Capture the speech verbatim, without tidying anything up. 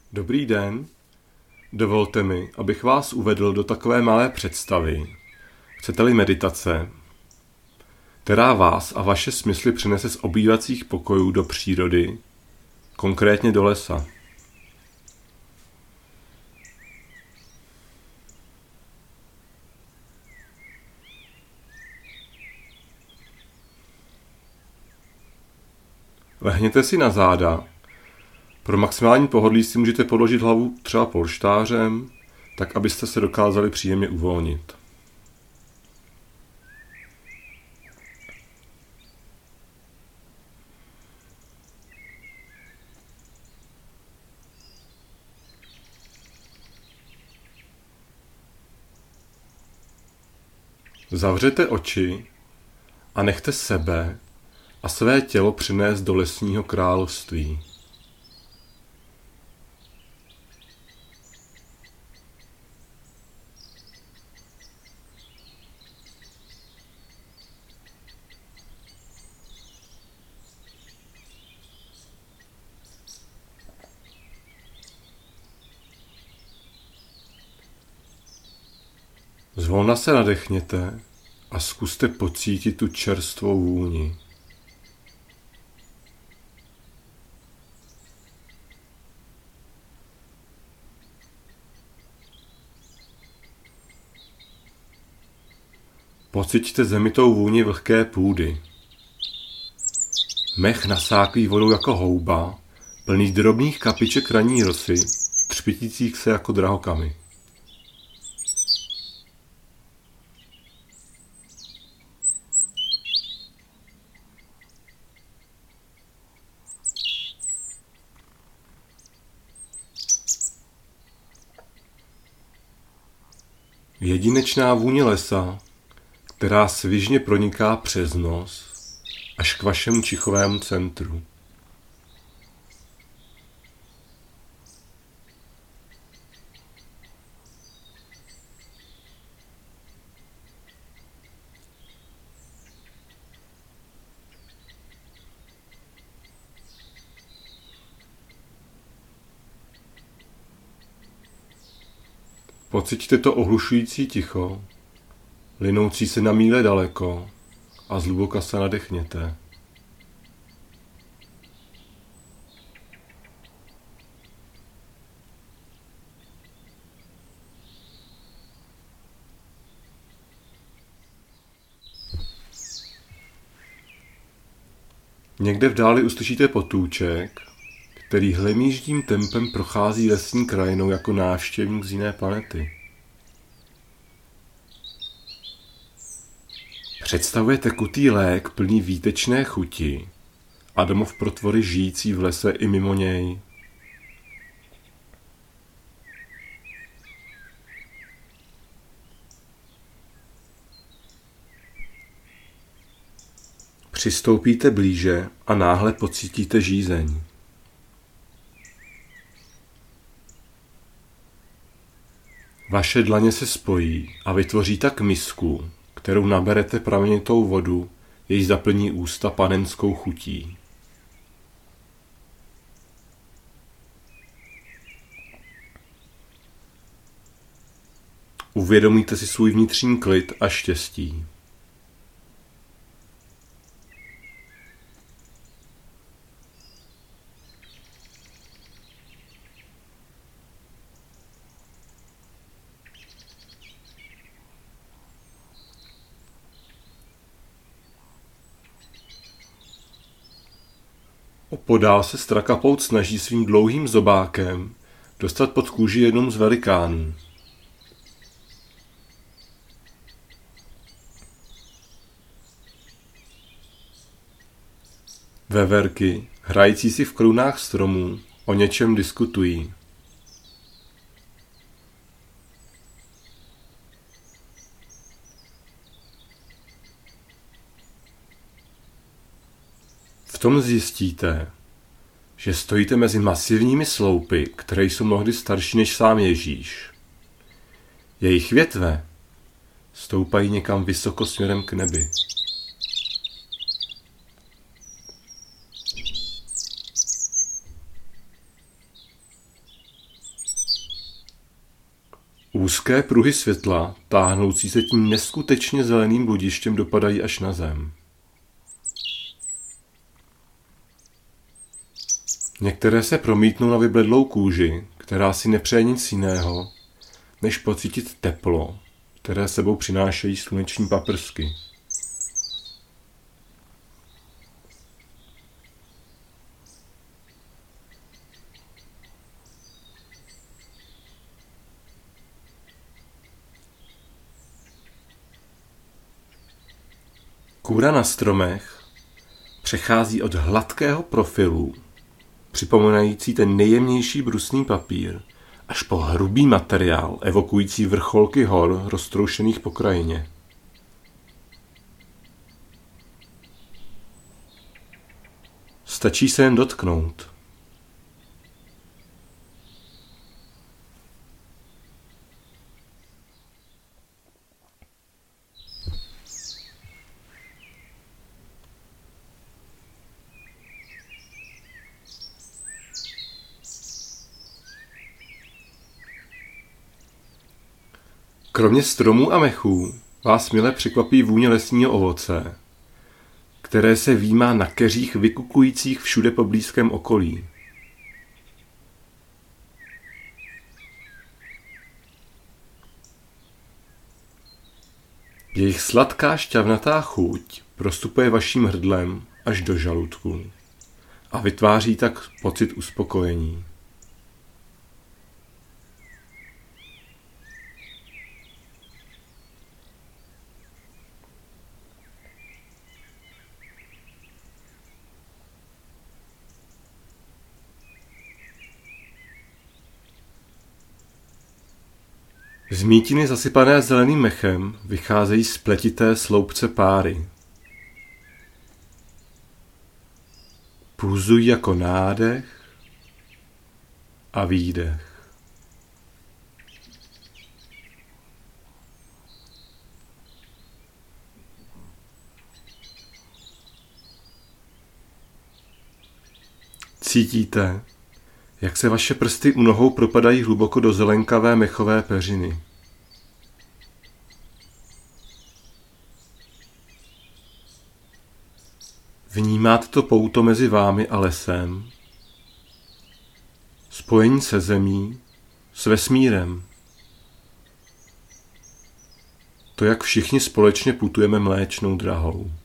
Dobrý den, dovolte mi, abych vás uvedl do takové malé představy, chcete-li meditace, která vás a vaše smysly přenese z obývacích pokojů do přírody, konkrétně do lesa. Lehněte si na záda. Pro maximální pohodlí si můžete položit hlavu třeba polštářem, tak abyste se dokázali příjemně uvolnit. Zavřete oči a nechte sebe a své tělo přenést do lesního království. Zvolna se nadechněte a zkuste pocítit tu čerstvou vůni. Pociťte zemitou vůni vlhké půdy. Mech nasáklý vodou jako houba, plný drobných kapiček ranní rosy, třpitících se jako drahokamy. Jedinečná vůně lesa, která svižně proniká přes nos až k vašemu čichovému centru. Pociťte to ohlušující ticho, linoucí se na míle daleko, a zhluboka se nadechněte. Někde v dáli uslyšíte potůček, který hlemýždím tempem prochází lesní krajinou jako návštěvník z jiné planety. Představuje tekutý lék plný výtečné chuti a domov pro tvory žijící v lese i mimo něj. Přistoupíte blíže a náhle pocítíte žízeň. Vaše dlaně se spojí a vytvoří tak misku, kterou naberete pramenitou vodu, jež zaplní ústa panenskou chutí. Uvědomíte si svůj vnitřní klid a štěstí. Opodál se strakapout snaží svým dlouhým zobákem dostat pod kůži jednomu z velikánů. Veverky, hrající si v krunách stromů, o něčem diskutují. V tom zjistíte, že stojíte mezi masivními sloupy, které jsou mnohdy starší než sám Ježíš. Jejich větve stoupají někam vysoko směrem k nebi. Úzké pruhy světla, táhnoucí se tím neskutečně zeleným bludištěm, dopadají až na zem. Některé se promítnou na vybledlou kůži, která si nepřeje nic jiného, než pocítit teplo, které sebou přinášejí sluneční paprsky. Kůra na stromech přechází od hladkého profilu, připomínající ten nejjemnější brusný papír, až po hrubý materiál, evokující vrcholky hor roztroušených po krajině. Stačí se jen dotknout. Kromě stromů a mechů vás mile překvapí vůně lesního ovoce, které se vímá na keřích vykukujících všude po blízkém okolí. Jejich sladká šťavnatá chuť prostupuje vaším hrdlem až do žaludku a vytváří tak pocit uspokojení. Z mítiny zasypané zeleným mechem vycházejí spletité sloupce páry. Pulzují jako nádech a výdech. Cítíte, jak se vaše prsty u nohou propadají hluboko do zelenkavé mechové peřiny. Vnímáte to pouto mezi vámi a lesem, spojení se zemí, s vesmírem. To, jak všichni společně putujeme Mléčnou drahou.